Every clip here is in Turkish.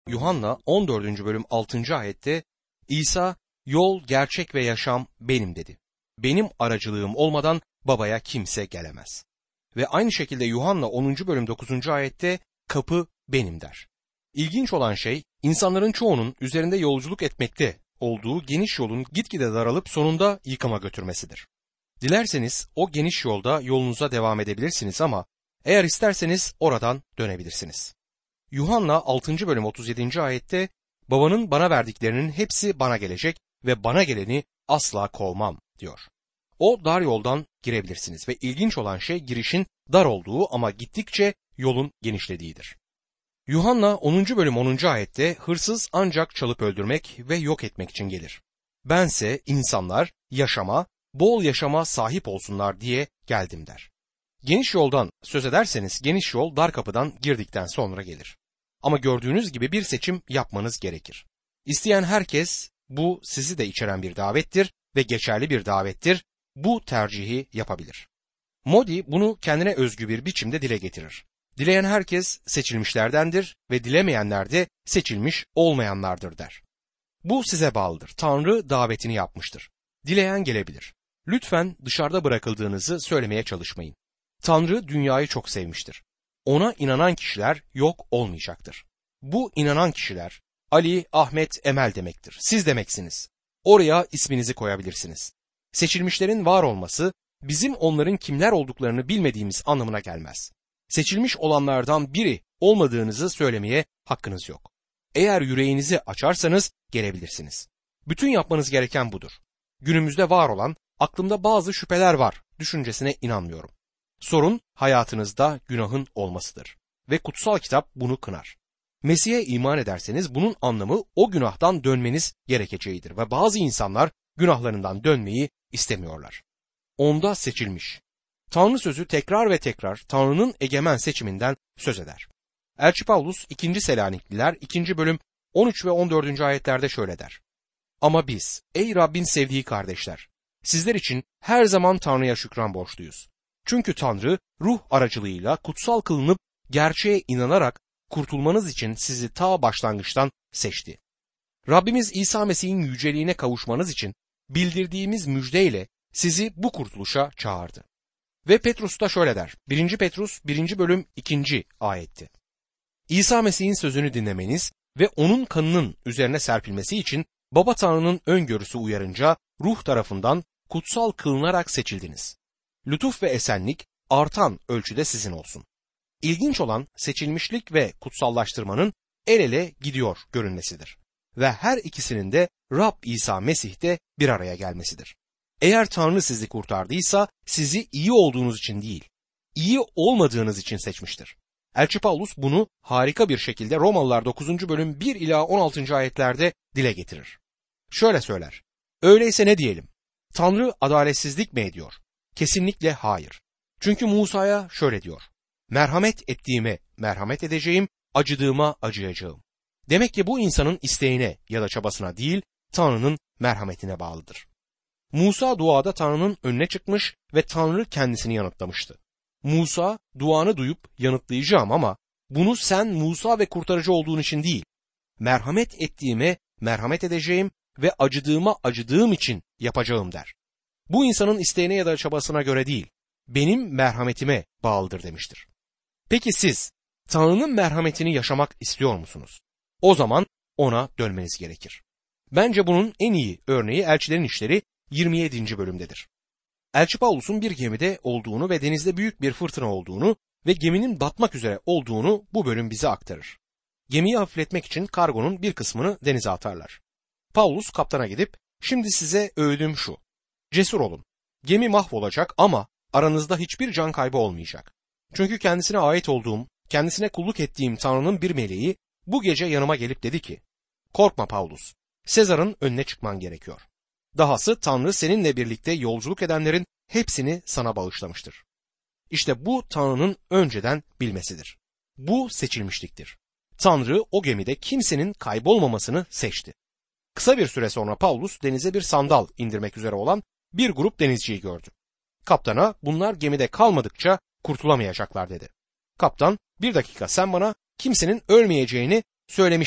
Yuhanna 14. bölüm 6. ayette İsa, yol, gerçek ve yaşam benim dedi. Benim aracılığım olmadan babaya kimse gelemez. Ve aynı şekilde Yuhanna 10. bölüm 9. ayette kapı benim der. İlginç olan şey, insanların çoğunun üzerinde yolculuk etmekte olduğu geniş yolun gitgide daralıp sonunda yıkıma götürmesidir. Dilerseniz o geniş yolda yolunuza devam edebilirsiniz ama eğer isterseniz oradan dönebilirsiniz. Yuhanna 6. bölüm 37. ayette babanın bana verdiklerinin hepsi bana gelecek ve bana geleni asla kovmam diyor. O dar yoldan girebilirsiniz ve ilginç olan şey girişin dar olduğu ama gittikçe yolun genişlediğidir. Yuhanna 10. bölüm 10. ayette hırsız ancak çalıp öldürmek ve yok etmek için gelir. Bense insanlar yaşama, bol yaşama sahip olsunlar diye geldim der. Geniş yoldan söz ederseniz geniş yol dar kapıdan girdikten sonra gelir. Ama gördüğünüz gibi bir seçim yapmanız gerekir. İsteyen herkes, bu sizi de içeren bir davettir ve geçerli bir davettir, bu tercihi yapabilir. Modi bunu kendine özgü bir biçimde dile getirir. Dileyen herkes seçilmişlerdendir ve dilemeyenler de seçilmiş olmayanlardır der. Bu size bağlıdır. Tanrı davetini yapmıştır. Dileyen gelebilir. Lütfen dışarıda bırakıldığınızı söylemeye çalışmayın. Tanrı dünyayı çok sevmiştir. Ona inanan kişiler yok olmayacaktır. Bu inanan kişiler Ali, Ahmet, Emel demektir. Siz demeksiniz. Oraya isminizi koyabilirsiniz. Seçilmişlerin var olması bizim onların kimler olduklarını bilmediğimiz anlamına gelmez. Seçilmiş olanlardan biri olmadığınızı söylemeye hakkınız yok. Eğer yüreğinizi açarsanız gelebilirsiniz. Bütün yapmanız gereken budur. Günümüzde var olan aklımda bazı şüpheler var düşüncesine inanmıyorum. Sorun hayatınızda günahın olmasıdır ve kutsal kitap bunu kınar. Mesih'e iman ederseniz bunun anlamı o günahtan dönmeniz gerekeceğidir ve bazı insanlar günahlarından dönmeyi istemiyorlar. Onda seçilmiş. Tanrı sözü tekrar ve tekrar Tanrı'nın egemen seçiminden söz eder. Elçi Pavlus 2. Selanikliler 2. bölüm 13 ve 14. ayetlerde şöyle der. Ama biz, ey Rabbin sevdiği kardeşler, sizler için her zaman Tanrı'ya şükran borçluyuz. Çünkü Tanrı ruh aracılığıyla kutsal kılınıp gerçeğe inanarak kurtulmanız için sizi ta başlangıçtan seçti. Rabbimiz İsa Mesih'in yüceliğine kavuşmanız için bildirdiğimiz müjdeyle sizi bu kurtuluşa çağırdı. Ve Petrus da şöyle der. 1. Petrus 1. bölüm 2. ayetti. İsa Mesih'in sözünü dinlemeniz ve onun kanının üzerine serpilmesi için Baba Tanrı'nın öngörüsü uyarınca ruh tarafından kutsal kılınarak seçildiniz. Lütuf ve esenlik artan ölçüde sizin olsun. İlginç olan seçilmişlik ve kutsallaştırmanın el ele gidiyor görünmesidir. Ve her ikisinin de Rab İsa Mesih'te bir araya gelmesidir. Eğer Tanrı sizi kurtardıysa sizi iyi olduğunuz için değil, iyi olmadığınız için seçmiştir. Elçi Pavlus bunu harika bir şekilde Romalılar 9. bölüm 1 ila 16. ayetlerde dile getirir. Şöyle söyler. Öyleyse ne diyelim? Tanrı adaletsizlik mi ediyor? Kesinlikle hayır. Çünkü Musa'ya şöyle diyor. Merhamet ettiğime merhamet edeceğim, acıdığıma acıyacağım. Demek ki bu insanın isteğine ya da çabasına değil, Tanrı'nın merhametine bağlıdır. Musa duada Tanrı'nın önüne çıkmış ve Tanrı kendisini yanıtlamıştı. Musa duanı duyup yanıtlayacağım ama bunu sen Musa ve kurtarıcı olduğun için değil, merhamet ettiğime merhamet edeceğim ve acıdığıma acıdığım için yapacağım der. Bu insanın isteğine ya da çabasına göre değil, benim merhametime bağlıdır demiştir. Peki siz Tanrı'nın merhametini yaşamak istiyor musunuz? O zaman ona dönmeniz gerekir. Bence bunun en iyi örneği Elçilerin İşleri 27. bölümdedir. Elçi Pavlus'un bir gemide olduğunu ve denizde büyük bir fırtına olduğunu ve geminin batmak üzere olduğunu bu bölüm bize aktarır. Gemiyi hafifletmek için kargonun bir kısmını denize atarlar. Pavlus kaptana gidip, şimdi size öğüdüm şu. Cesur olun. Gemi mahvolacak ama aranızda hiçbir can kaybı olmayacak. Çünkü kendisine ait olduğum, kendisine kulluk ettiğim Tanrı'nın bir meleği bu gece yanıma gelip dedi ki, korkma Pavlus, Sezar'ın önüne çıkman gerekiyor. Dahası Tanrı seninle birlikte yolculuk edenlerin hepsini sana bağışlamıştır. İşte bu Tanrı'nın önceden bilmesidir. Bu seçilmişliktir. Tanrı o gemide kimsenin kaybolmamasını seçti. Kısa bir süre sonra Pavlus denize bir sandal indirmek üzere olan bir grup denizciyi gördü. Kaptana bunlar gemide kalmadıkça kurtulamayacaklar dedi. Kaptan, bir dakika sen bana kimsenin ölmeyeceğini söylemiştin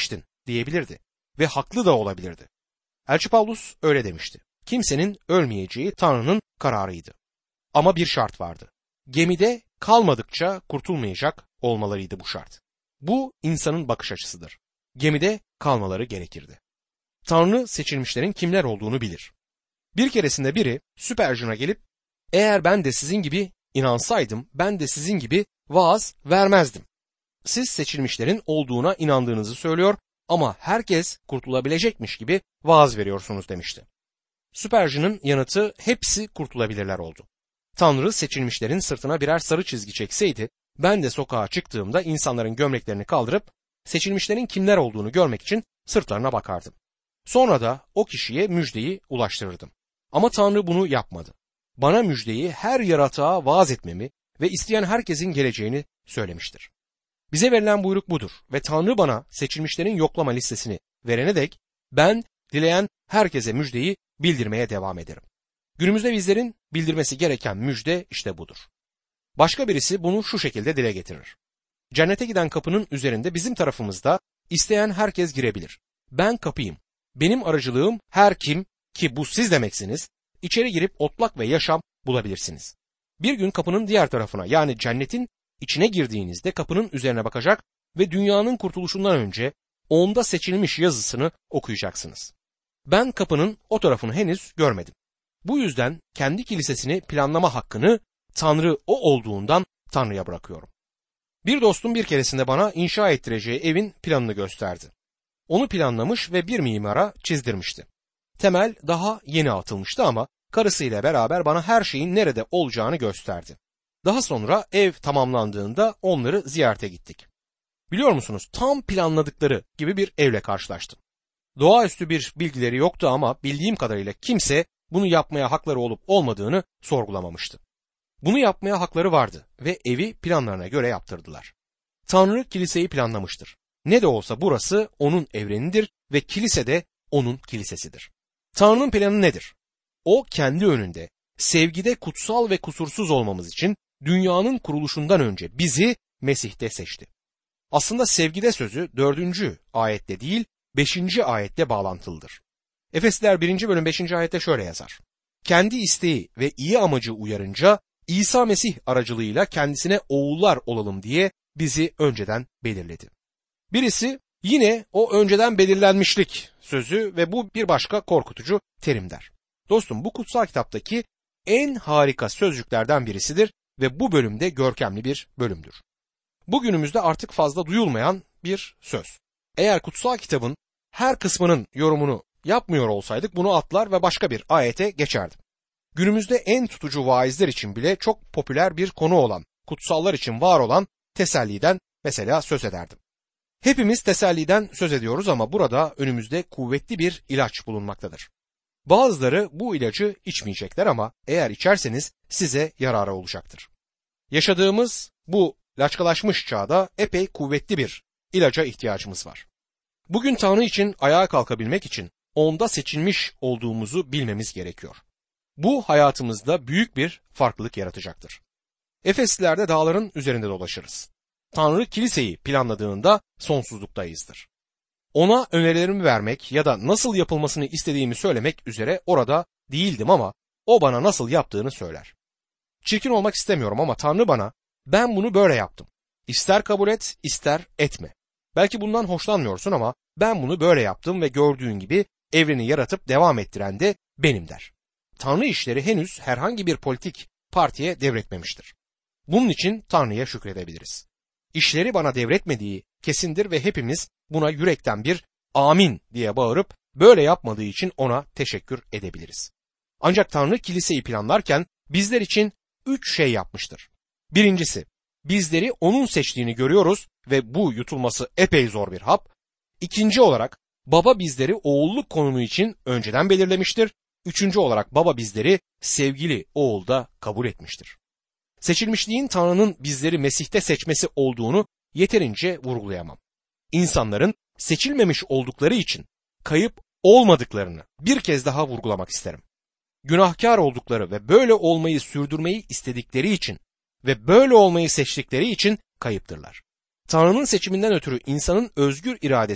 diyebilirdi ve haklı da olabilirdi. Elçi Pavlus öyle demişti. Kimsenin ölmeyeceği Tanrı'nın kararıydı. Ama bir şart vardı. Gemide kalmadıkça kurtulmayacak olmalarıydı bu şart. Bu insanın bakış açısıdır. Gemide kalmaları gerekirdi. Tanrı seçilmişlerin kimler olduğunu bilir. Bir keresinde biri Spurgeon'a gelip eğer ben de sizin gibi inansaydım ben de sizin gibi vaaz vermezdim. Siz seçilmişlerin olduğuna inandığınızı söylüyor ama herkes kurtulabilecekmiş gibi vaaz veriyorsunuz demişti. Spurgeon'ın yanıtı hepsi kurtulabilirler oldu. Tanrı seçilmişlerin sırtına birer sarı çizgi çekseydi ben de sokağa çıktığımda insanların gömleklerini kaldırıp seçilmişlerin kimler olduğunu görmek için sırtlarına bakardım. Sonra da o kişiye müjdeyi ulaştırırdım. Ama Tanrı bunu yapmadı. Bana müjdeyi her yaratığa vaaz etmemi ve isteyen herkesin geleceğini söylemiştir. Bize verilen buyruk budur ve Tanrı bana seçilmişlerin yoklama listesini verene dek ben dileyen herkese müjdeyi bildirmeye devam ederim. Günümüzde bizlerin bildirmesi gereken müjde işte budur. Başka birisi bunu şu şekilde dile getirir. Cennete giden kapının üzerinde bizim tarafımızda isteyen herkes girebilir. Ben kapıyım. Benim aracılığım her kim ki bu siz demeksiniz, içeri girip otlak ve yaşam bulabilirsiniz. Bir gün kapının diğer tarafına yani cennetin içine girdiğinizde kapının üzerine bakacak ve dünyanın kurtuluşundan önce onda seçilmiş yazısını okuyacaksınız. Ben kapının o tarafını henüz görmedim. Bu yüzden kendi kilisesini planlama hakkını Tanrı o olduğundan Tanrı'ya bırakıyorum. Bir dostum bir keresinde bana inşa ettireceği evin planını gösterdi. Onu planlamış ve bir mimara çizdirmişti. Temel daha yeni atılmıştı ama karısıyla beraber bana her şeyin nerede olacağını gösterdi. Daha sonra ev tamamlandığında onları ziyarete gittik. Biliyor musunuz tam planladıkları gibi bir evle karşılaştım. Doğaüstü bir bilgileri yoktu ama bildiğim kadarıyla kimse bunu yapmaya hakları olup olmadığını sorgulamamıştı. Bunu yapmaya hakları vardı ve evi planlarına göre yaptırdılar. Tanrı kiliseyi planlamıştır. Ne de olsa burası onun evrenidir ve kilise de onun kilisesidir. Tanrı'nın planı nedir? O kendi önünde sevgide kutsal ve kusursuz olmamız için dünyanın kuruluşundan önce bizi Mesih'te seçti. Aslında sevgide sözü 4. ayette değil 5. ayette bağlantılıdır. Efesliler 1. bölüm 5. ayette şöyle yazar. Kendi isteği ve iyi amacı uyarınca İsa Mesih aracılığıyla kendisine oğullar olalım diye bizi önceden belirledi. Birisi yine o önceden belirlenmişlik sözü ve bu bir başka korkutucu terim der. Dostum bu kutsal kitaptaki en harika sözcüklerden birisidir ve bu bölümde görkemli bir bölümdür. Bugünümüzde artık fazla duyulmayan bir söz. Eğer kutsal kitabın her kısmının yorumunu yapmıyor olsaydık bunu atlar ve başka bir ayete geçerdim. Günümüzde en tutucu vaizler için bile çok popüler bir konu olan, kutsallar için var olan teselliden mesela söz ederdim. Hepimiz teselliden söz ediyoruz ama burada önümüzde kuvvetli bir ilaç bulunmaktadır. Bazıları bu ilacı içmeyecekler ama eğer içerseniz size yararı olacaktır. Yaşadığımız bu laçkalaşmış çağda epey kuvvetli bir ilaca ihtiyacımız var. Bugün Tanrı için ayağa kalkabilmek için onda seçilmiş olduğumuzu bilmemiz gerekiyor. Bu hayatımızda büyük bir farklılık yaratacaktır. Efeslilerde dağların üzerinde dolaşırız. Tanrı kiliseyi planladığında sonsuzluktayızdır. Ona önerilerimi vermek ya da nasıl yapılmasını istediğimi söylemek üzere orada değildim ama o bana nasıl yaptığını söyler. Çirkin olmak istemiyorum ama Tanrı bana ben bunu böyle yaptım. İster kabul et, ister etme. Belki bundan hoşlanmıyorsun ama ben bunu böyle yaptım ve gördüğün gibi evreni yaratıp devam ettiren de benim der. Tanrı işleri henüz herhangi bir politik partiye devretmemiştir. Bunun için Tanrı'ya şükredebiliriz. İşleri bana devretmediği kesindir ve hepimiz buna yürekten bir amin diye bağırıp böyle yapmadığı için ona teşekkür edebiliriz. Ancak Tanrı kiliseyi planlarken bizler için 3 şey yapmıştır. Birincisi, bizleri onun seçtiğini görüyoruz ve bu yutulması epey zor bir hap. İkinci olarak baba bizleri oğulluk konumu için önceden belirlemiştir. Üçüncü olarak baba bizleri sevgili oğulda kabul etmiştir. Seçilmişliğin Tanrı'nın bizleri Mesih'te seçmesi olduğunu yeterince vurgulayamam. İnsanların seçilmemiş oldukları için kayıp olmadıklarını bir kez daha vurgulamak isterim. Günahkar oldukları ve böyle olmayı sürdürmeyi istedikleri için ve böyle olmayı seçtikleri için kayıptırlar. Tanrı'nın seçiminden ötürü insanın özgür iradesi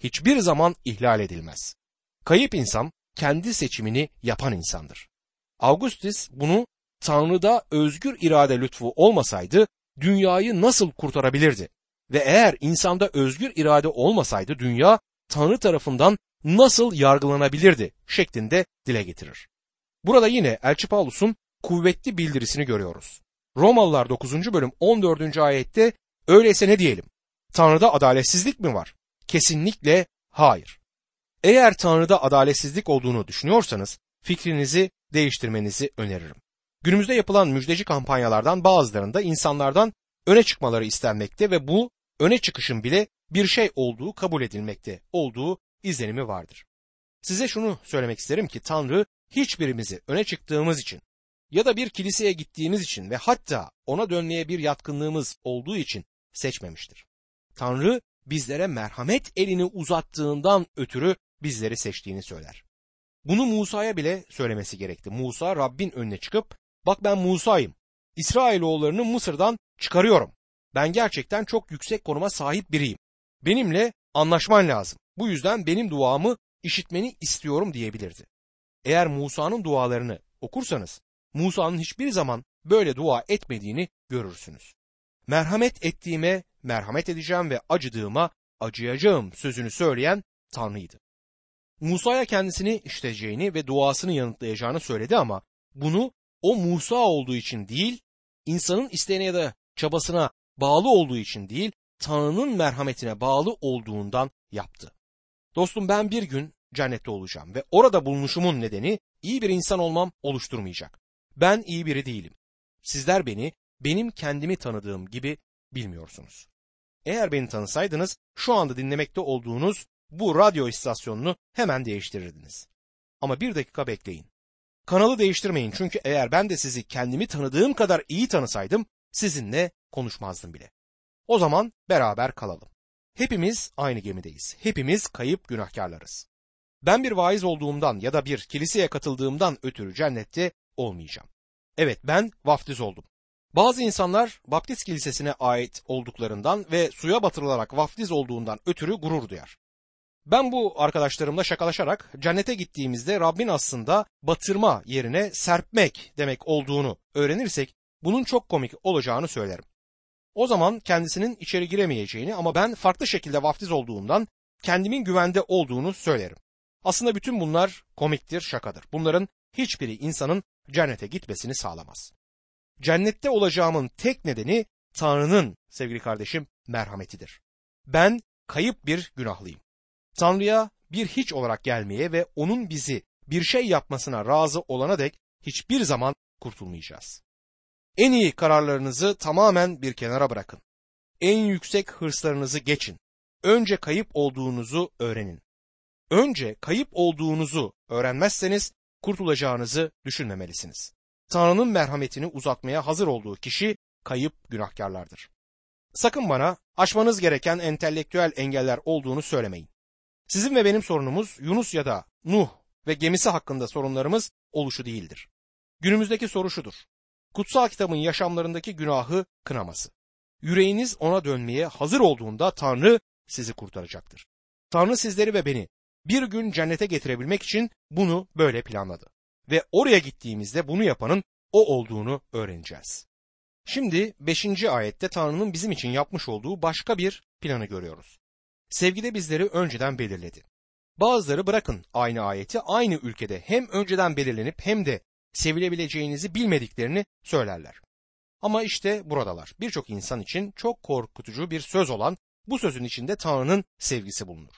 hiçbir zaman ihlal edilmez. Kayıp insan kendi seçimini yapan insandır. Augustus bunu Tanrı'da özgür irade lütfu olmasaydı dünyayı nasıl kurtarabilirdi? Ve eğer insanda özgür irade olmasaydı dünya Tanrı tarafından nasıl yargılanabilirdi şeklinde dile getirir. Burada yine Elçi Pavlus'un kuvvetli bildirisini görüyoruz. Romalılar 9. bölüm 14. ayette öyleyse ne diyelim? Tanrı'da adaletsizlik mi var? Kesinlikle hayır. Eğer Tanrı'da adaletsizlik olduğunu düşünüyorsanız fikrinizi değiştirmenizi öneririm. Günümüzde yapılan müjdeci kampanyalardan bazılarında insanlardan öne çıkmaları istenmekte ve bu öne çıkışın bile bir şey olduğu kabul edilmekte olduğu izlenimi vardır. Size şunu söylemek isterim ki Tanrı hiçbirimizi öne çıktığımız için ya da bir kiliseye gittiğimiz için ve hatta ona dönmeye bir yatkınlığımız olduğu için seçmemiştir. Tanrı bizlere merhamet elini uzattığından ötürü bizleri seçtiğini söyler. Bunu Musa'ya bile söylemesi gerekti. Musa Rabbin önüne çıkıp bak ben Musa'yım. İsrailoğullarını Mısır'dan çıkarıyorum. Ben gerçekten çok yüksek konuma sahip biriyim. Benimle anlaşman lazım. Bu yüzden benim duamı işitmeni istiyorum diyebilirdi. Eğer Musa'nın dualarını okursanız Musa'nın hiçbir zaman böyle dua etmediğini görürsünüz. Merhamet ettiğime merhamet edeceğim ve acıdığıma acıyacağım sözünü söyleyen Tanrı'ydı. Musa'ya kendisini işiteceğini ve duasını yanıtlayacağını söyledi ama bunu o Musa olduğu için değil, insanın isteğine ya da çabasına bağlı olduğu için değil, Tanrı'nın merhametine bağlı olduğundan yaptı. Dostum ben bir gün cennette olacağım ve orada bulunuşumun nedeni iyi bir insan olmam oluşturmayacak. Ben iyi biri değilim. Sizler beni benim kendimi tanıdığım gibi bilmiyorsunuz. Eğer beni tanısaydınız şu anda dinlemekte olduğunuz bu radyo istasyonunu hemen değiştirirdiniz. Ama bir dakika bekleyin. Kanalı değiştirmeyin çünkü eğer ben de sizi kendimi tanıdığım kadar iyi tanısaydım sizinle konuşmazdım bile. O zaman beraber kalalım. Hepimiz aynı gemideyiz. Hepimiz kayıp günahkarlarız. Ben bir vaiz olduğumdan ya da bir kiliseye katıldığımdan ötürü cennette olmayacağım. Evet ben vaftiz oldum. Bazı insanlar Baptist kilisesine ait olduklarından ve suya batırılarak vaftiz olduğundan ötürü gurur duyar. Ben bu arkadaşlarımla şakalaşarak cennete gittiğimizde Rabbin aslında batırma yerine serpmek demek olduğunu öğrenirsek bunun çok komik olacağını söylerim. O zaman kendisinin içeri giremeyeceğini ama ben farklı şekilde vaftiz olduğumdan kendimin güvende olduğunu söylerim. Aslında bütün bunlar komiktir, şakadır. Bunların hiçbiri insanın cennete gitmesini sağlamaz. Cennette olacağımın tek nedeni Tanrı'nın sevgili kardeşim merhametidir. Ben kayıp bir günahlıyım. Tanrı'ya bir hiç olarak gelmeye ve onun bizi bir şey yapmasına razı olana dek hiçbir zaman kurtulmayacağız. En iyi kararlarınızı tamamen bir kenara bırakın. En yüksek hırslarınızı geçin. Önce kayıp olduğunuzu öğrenin. Önce kayıp olduğunuzu öğrenmezseniz kurtulacağınızı düşünmemelisiniz. Tanrı'nın merhametini uzatmaya hazır olduğu kişi kayıp günahkarlardır. Sakın bana aşmanız gereken entelektüel engeller olduğunu söylemeyin. Sizin ve benim sorunumuz Yunus ya da Nuh ve gemisi hakkında sorunlarımız oluşu değildir. Günümüzdeki soru şudur. Kutsal kitabın yaşamlarındaki günahı kınaması. Yüreğiniz ona dönmeye hazır olduğunda Tanrı sizi kurtaracaktır. Tanrı sizleri ve beni bir gün cennete getirebilmek için bunu böyle planladı. Ve oraya gittiğimizde bunu yapanın o olduğunu öğreneceğiz. Şimdi 5. ayette Tanrı'nın bizim için yapmış olduğu başka bir planı görüyoruz. Sevgide bizleri önceden belirledi. Bazıları bırakın aynı ayeti aynı ülkede hem önceden belirlenip hem de sevilebileceğinizi bilmediklerini söylerler. Ama işte buradalar. Birçok insan için çok korkutucu bir söz olan bu sözün içinde Tanrı'nın sevgisi bulunur.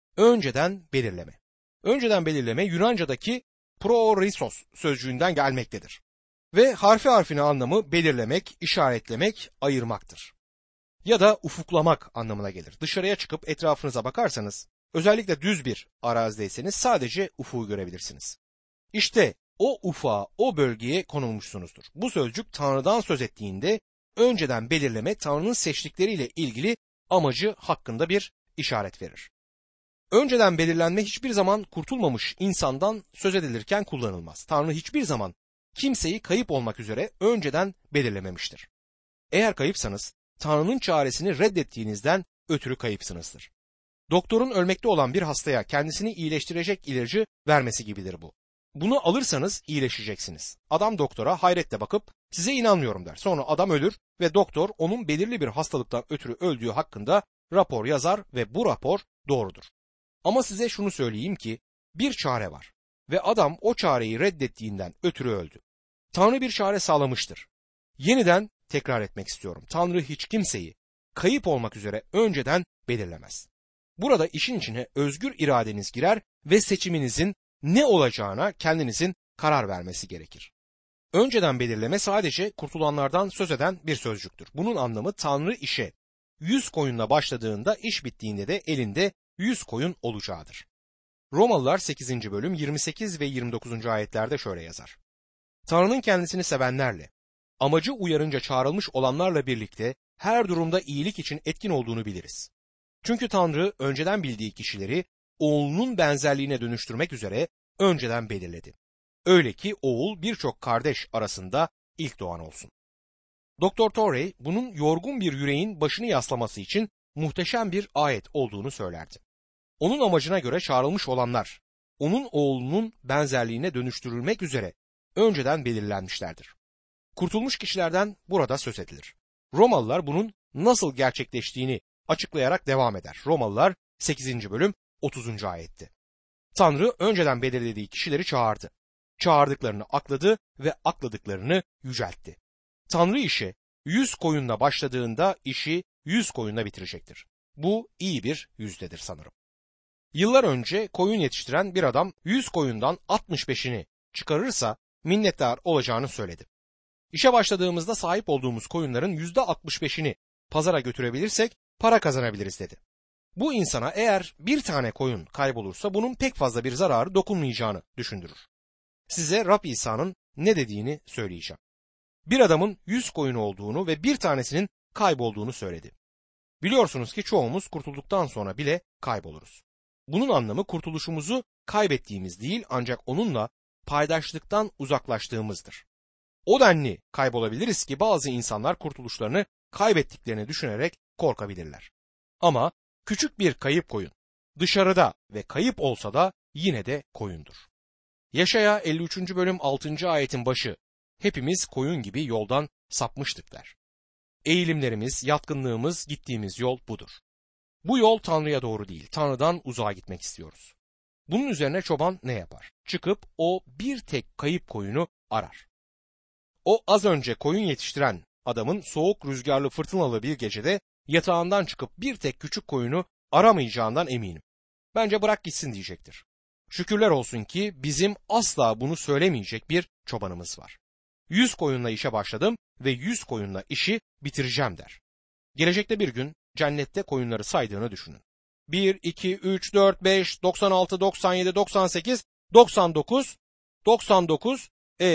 Önceden belirleme. Önceden belirleme Yunanca'daki proorisos sözcüğünden gelmektedir. Ve harfi harfine anlamı belirlemek, işaretlemek, ayırmaktır. Ya da ufuklamak anlamına gelir. Dışarıya çıkıp etrafınıza bakarsanız, özellikle düz bir arazideyseniz sadece ufuğu görebilirsiniz. İşte o ufağa, o bölgeye konulmuşsunuzdur. Bu sözcük Tanrı'dan söz ettiğinde önceden belirleme Tanrı'nın seçtikleriyle ilgili amacı hakkında bir işaret verir. Önceden belirlenme hiçbir zaman kurtulmamış insandan söz edilirken kullanılmaz. Tanrı hiçbir zaman kimseyi kayıp olmak üzere önceden belirlememiştir. Eğer kayıpsanız Tanrı'nın çaresini reddettiğinizden ötürü kayıpsınızdır. Doktorun ölmekte olan bir hastaya kendisini iyileştirecek ilacı vermesi gibidir bu. Bunu alırsanız iyileşeceksiniz. Adam doktora hayretle bakıp size inanmıyorum der. Sonra adam ölür ve doktor onun belirli bir hastalıktan ötürü öldüğü hakkında rapor yazar ve bu rapor doğrudur. Ama size şunu söyleyeyim ki bir çare var ve adam o çareyi reddettiğinden ötürü öldü. Tanrı bir çare sağlamıştır. Yeniden tekrar etmek istiyorum. Tanrı hiç kimseyi kayıp olmak üzere önceden belirlemez. Burada işin içine özgür iradeniz girer ve seçiminizin ne olacağına kendinizin karar vermesi gerekir. Önceden belirleme sadece kurtulanlardan söz eden bir sözcüktür. Bunun anlamı Tanrı işe 100 koyunla başladığında iş bittiğinde de elinde 100 koyun olacağıdır. Romalılar 8. bölüm 28 ve 29. ayetlerde şöyle yazar. Tanrı'nın kendisini sevenlerle, amacı uyarınca çağrılmış olanlarla birlikte her durumda iyilik için etkin olduğunu biliriz. Çünkü Tanrı önceden bildiği kişileri oğlunun benzerliğine dönüştürmek üzere önceden belirledi. Öyle ki oğul birçok kardeş arasında ilk doğan olsun. Doktor Torrey bunun yorgun bir yüreğin başını yaslaması için muhteşem bir ayet olduğunu söylerdi. Onun amacına göre çağrılmış olanlar, onun oğlunun benzerliğine dönüştürülmek üzere önceden belirlenmişlerdir. Kurtulmuş kişilerden burada söz edilir. Romalılar bunun nasıl gerçekleştiğini açıklayarak devam eder. Romalılar 8. bölüm 30. ayette. Tanrı önceden belirlediği kişileri çağırdı. Çağırdıklarını akladı ve akladıklarını yüceltti. Tanrı işe 100 koyunla başladığında işi 100 koyunla bitirecektir. Bu iyi bir yüzdedir sanırım. Yıllar önce koyun yetiştiren bir adam 100 koyundan 65'ini çıkarırsa minnettar olacağını söyledi. İşe başladığımızda sahip olduğumuz koyunların %65'ini pazara götürebilirsek para kazanabiliriz dedi. Bu insana eğer bir tane koyun kaybolursa bunun pek fazla bir zararı dokunmayacağını düşündürür. Size Rab İsa'nın ne dediğini söyleyeceğim. Bir adamın 100 koyunu olduğunu ve bir tanesinin kaybolduğunu söyledi. Biliyorsunuz ki çoğumuz kurtulduktan sonra bile kayboluruz. Bunun anlamı kurtuluşumuzu kaybettiğimiz değil ancak onunla paydaşlıktan uzaklaştığımızdır. O denli kaybolabiliriz ki bazı insanlar kurtuluşlarını kaybettiklerini düşünerek korkabilirler. Ama küçük bir kayıp koyun dışarıda ve kayıp olsa da yine de koyundur. Yaşaya 53. bölüm 6. ayetin başı hepimiz koyun gibi yoldan sapmıştık der. Eğilimlerimiz, yatkınlığımız, gittiğimiz yol budur. Bu yol Tanrı'ya doğru değil, Tanrı'dan uzağa gitmek istiyoruz. Bunun üzerine çoban ne yapar? Çıkıp o bir tek kayıp koyunu arar. O az önce koyun yetiştiren adamın soğuk rüzgarlı fırtınalı bir gecede yatağından çıkıp bir tek küçük koyunu aramayacağından eminim. Bence bırak gitsin diyecektir. Şükürler olsun ki bizim asla bunu söylemeyecek bir çobanımız var. 100 koyunla işe başladım ve 100 koyunla işi bitireceğim der. Gelecekte bir gün cennette koyunları saydığını düşünün. 1, 2, 3, 4, 5, 96, 97, 98, 99, 99,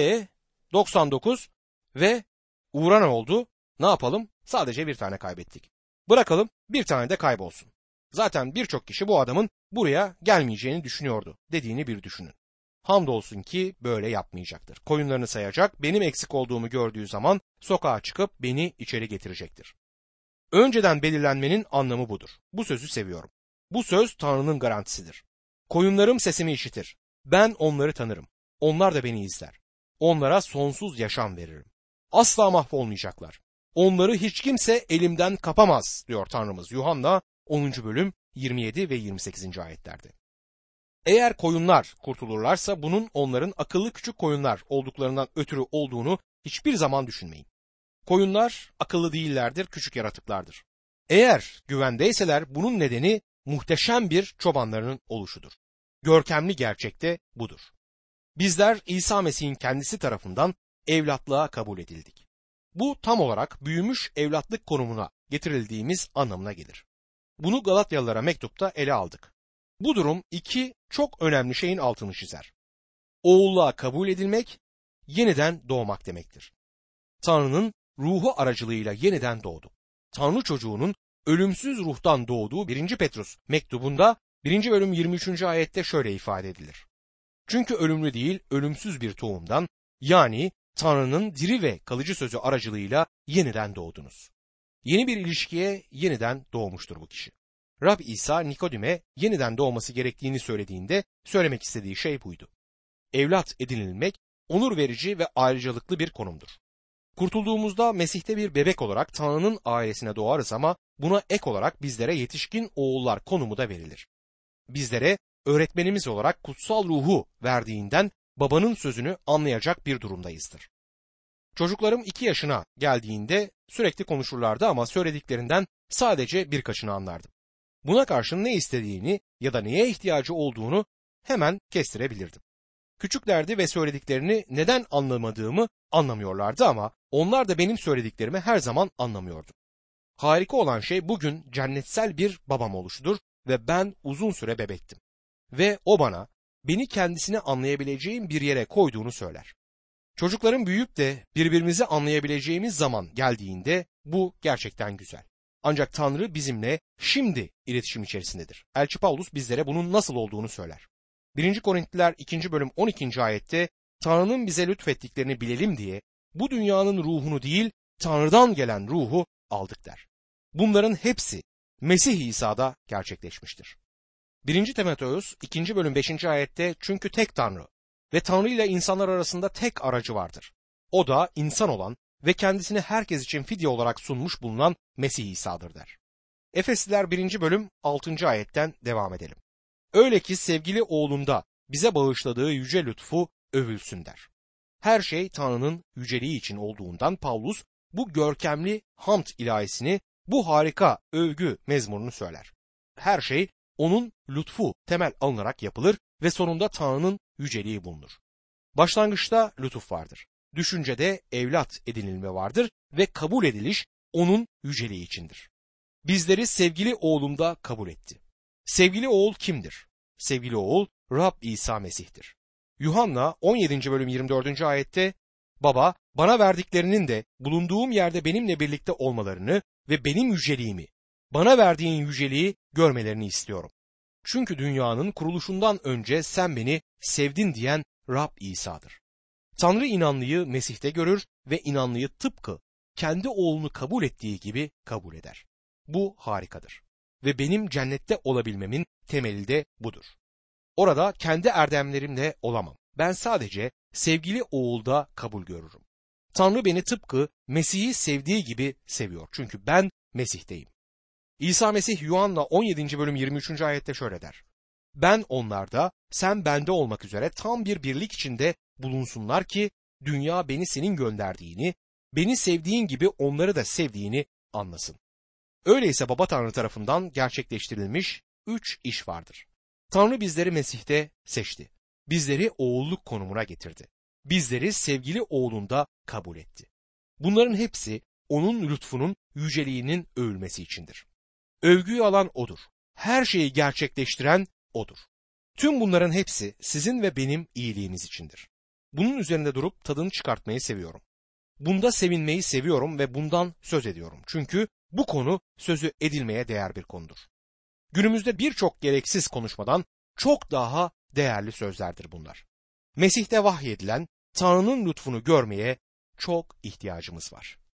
99 ve uğra ne oldu? Ne yapalım? Sadece bir tane kaybettik. Bırakalım bir tane de kaybolsun. Zaten birçok kişi bu adamın buraya gelmeyeceğini düşünüyordu dediğini bir düşünün. Hamdolsun ki böyle yapmayacaktır. Koyunlarını sayacak, benim eksik olduğumu gördüğü zaman sokağa çıkıp beni içeri getirecektir. Önceden belirlenmenin anlamı budur. Bu sözü seviyorum. Bu söz Tanrı'nın garantisidir. Koyunlarım sesimi işitir. Ben onları tanırım. Onlar da beni izler. Onlara sonsuz yaşam veririm. Asla mahvolmayacaklar. Onları hiç kimse elimden kapamaz diyor Tanrımız Yuhanna 10. bölüm 27 ve 28. ayetlerde. Eğer koyunlar kurtulurlarsa bunun onların akıllı küçük koyunlar olduklarından ötürü olduğunu hiçbir zaman düşünmeyin. Koyunlar akıllı değillerdir, küçük yaratıklardır. Eğer güvendeyseler bunun nedeni muhteşem bir çobanlarının oluşudur. Görkemli gerçekte budur. Bizler İsa Mesih'in kendisi tarafından evlatlığa kabul edildik. Bu tam olarak büyümüş evlatlık konumuna getirildiğimiz anlamına gelir. Bunu Galatyalılara mektupta ele aldık. Bu durum iki çok önemli şeyin altını çizer. Oğulluğa kabul edilmek, yeniden doğmak demektir. Tanrı'nın ruhu aracılığıyla yeniden doğduk. Tanrı çocuğunun ölümsüz ruhtan doğduğu 1. Petrus mektubunda 1. bölüm 23. ayette şöyle ifade edilir. Çünkü ölümlü değil, ölümsüz bir tohumdan, yani Tanrı'nın diri ve kalıcı sözü aracılığıyla yeniden doğdunuz. Yeni bir ilişkiye yeniden doğmuştur bu kişi. Rab İsa Nikodim'e yeniden doğması gerektiğini söylediğinde söylemek istediği şey buydu. Evlat edinilmek onur verici ve ayrıcalıklı bir konumdur. Kurtulduğumuzda Mesih'te bir bebek olarak Tanrı'nın ailesine doğarız ama buna ek olarak bizlere yetişkin oğullar konumu da verilir. Bizlere öğretmenimiz olarak kutsal ruhu verdiğinden babanın sözünü anlayacak bir durumdayızdır. Çocuklarım 2 yaşına geldiğinde sürekli konuşurlardı ama söylediklerinden sadece birkaçını anlardım. Buna karşın ne istediğini ya da neye ihtiyacı olduğunu hemen kestirebilirdim. Küçüklerdi ve söylediklerini neden anlamadığımı anlamıyorlardı ama onlar da benim söylediklerimi her zaman anlamıyordu. Harika olan şey bugün cennetsel bir babam oluşudur ve ben uzun süre bebektim. Ve o beni kendisini anlayabileceğim bir yere koyduğunu söyler. Çocukların büyüyüp de birbirimizi anlayabileceğimiz zaman geldiğinde bu gerçekten güzel. Ancak Tanrı bizimle şimdi iletişim içerisindedir. Elçi Paulus bizlere bunun nasıl olduğunu söyler. 1. Korintiler 2. bölüm 12. ayette Tanrı'nın bize lütfettiklerini bilelim diye bu dünyanın ruhunu değil Tanrı'dan gelen ruhu aldık der. Bunların hepsi Mesih İsa'da gerçekleşmiştir. 1. Timoteus 2. bölüm 5. ayette çünkü tek Tanrı ve Tanrı ile insanlar arasında tek aracı vardır. O da insan olan ve kendisini herkes için fidye olarak sunmuş bulunan Mesih İsa'dır der. Efesliler 1. bölüm 6. ayetten devam edelim. Öyle ki sevgili oğlunda bize bağışladığı yüce lütfu övülsün der. Her şey Tanrı'nın yüceliği için olduğundan Paulus bu görkemli hamd ilahisini, bu harika övgü mezmurunu söyler. Her şey onun lütfu temel alınarak yapılır ve sonunda Tanrı'nın yüceliği bulunur. Başlangıçta lütuf vardır. Düşüncede evlat edinilme vardır ve kabul ediliş onun yüceliği içindir. Bizleri sevgili oğlumda kabul etti. Sevgili oğul kimdir? Sevgili oğul Rab İsa Mesih'tir. Yuhanna 17. bölüm 24. ayette Baba bana verdiklerinin de bulunduğum yerde benimle birlikte olmalarını ve benim yüceliğimi, bana verdiğin yüceliği görmelerini istiyorum. Çünkü dünyanın kuruluşundan önce sen beni sevdin diyen Rab İsa'dır. Tanrı inanlıyı Mesih'te görür ve inanlıyı tıpkı kendi oğlunu kabul ettiği gibi kabul eder. Bu harikadır. Ve benim cennette olabilmemin temeli de budur. Orada kendi erdemlerimle olamam. Ben sadece sevgili oğulda kabul görürüm. Tanrı beni tıpkı Mesih'i sevdiği gibi seviyor. Çünkü ben Mesih'teyim. İsa Mesih Yuhanna 17. bölüm 23. ayette şöyle der. Ben onlarda, sen bende olmak üzere tam bir birlik içinde bulunsunlar ki dünya beni senin gönderdiğini, beni sevdiğin gibi onları da sevdiğini anlasın. Öyleyse Baba Tanrı tarafından gerçekleştirilmiş 3 iş vardır. Tanrı bizleri Mesih'te seçti. Bizleri oğulluk konumuna getirdi. Bizleri sevgili oğlunda kabul etti. Bunların hepsi onun lütfunun yüceliğinin övülmesi içindir. Övgüyü alan odur. Her şeyi gerçekleştiren odur. Tüm bunların hepsi sizin ve benim iyiliğimiz içindir. Bunun üzerinde durup tadını çıkartmayı seviyorum. Bunda sevinmeyi seviyorum ve bundan söz ediyorum. Çünkü bu konu sözü edilmeye değer bir konudur. Günümüzde birçok gereksiz konuşmadan çok daha değerli sözlerdir bunlar. Mesih'te vahyedilen Tanrı'nın lütfunu görmeye çok ihtiyacımız var.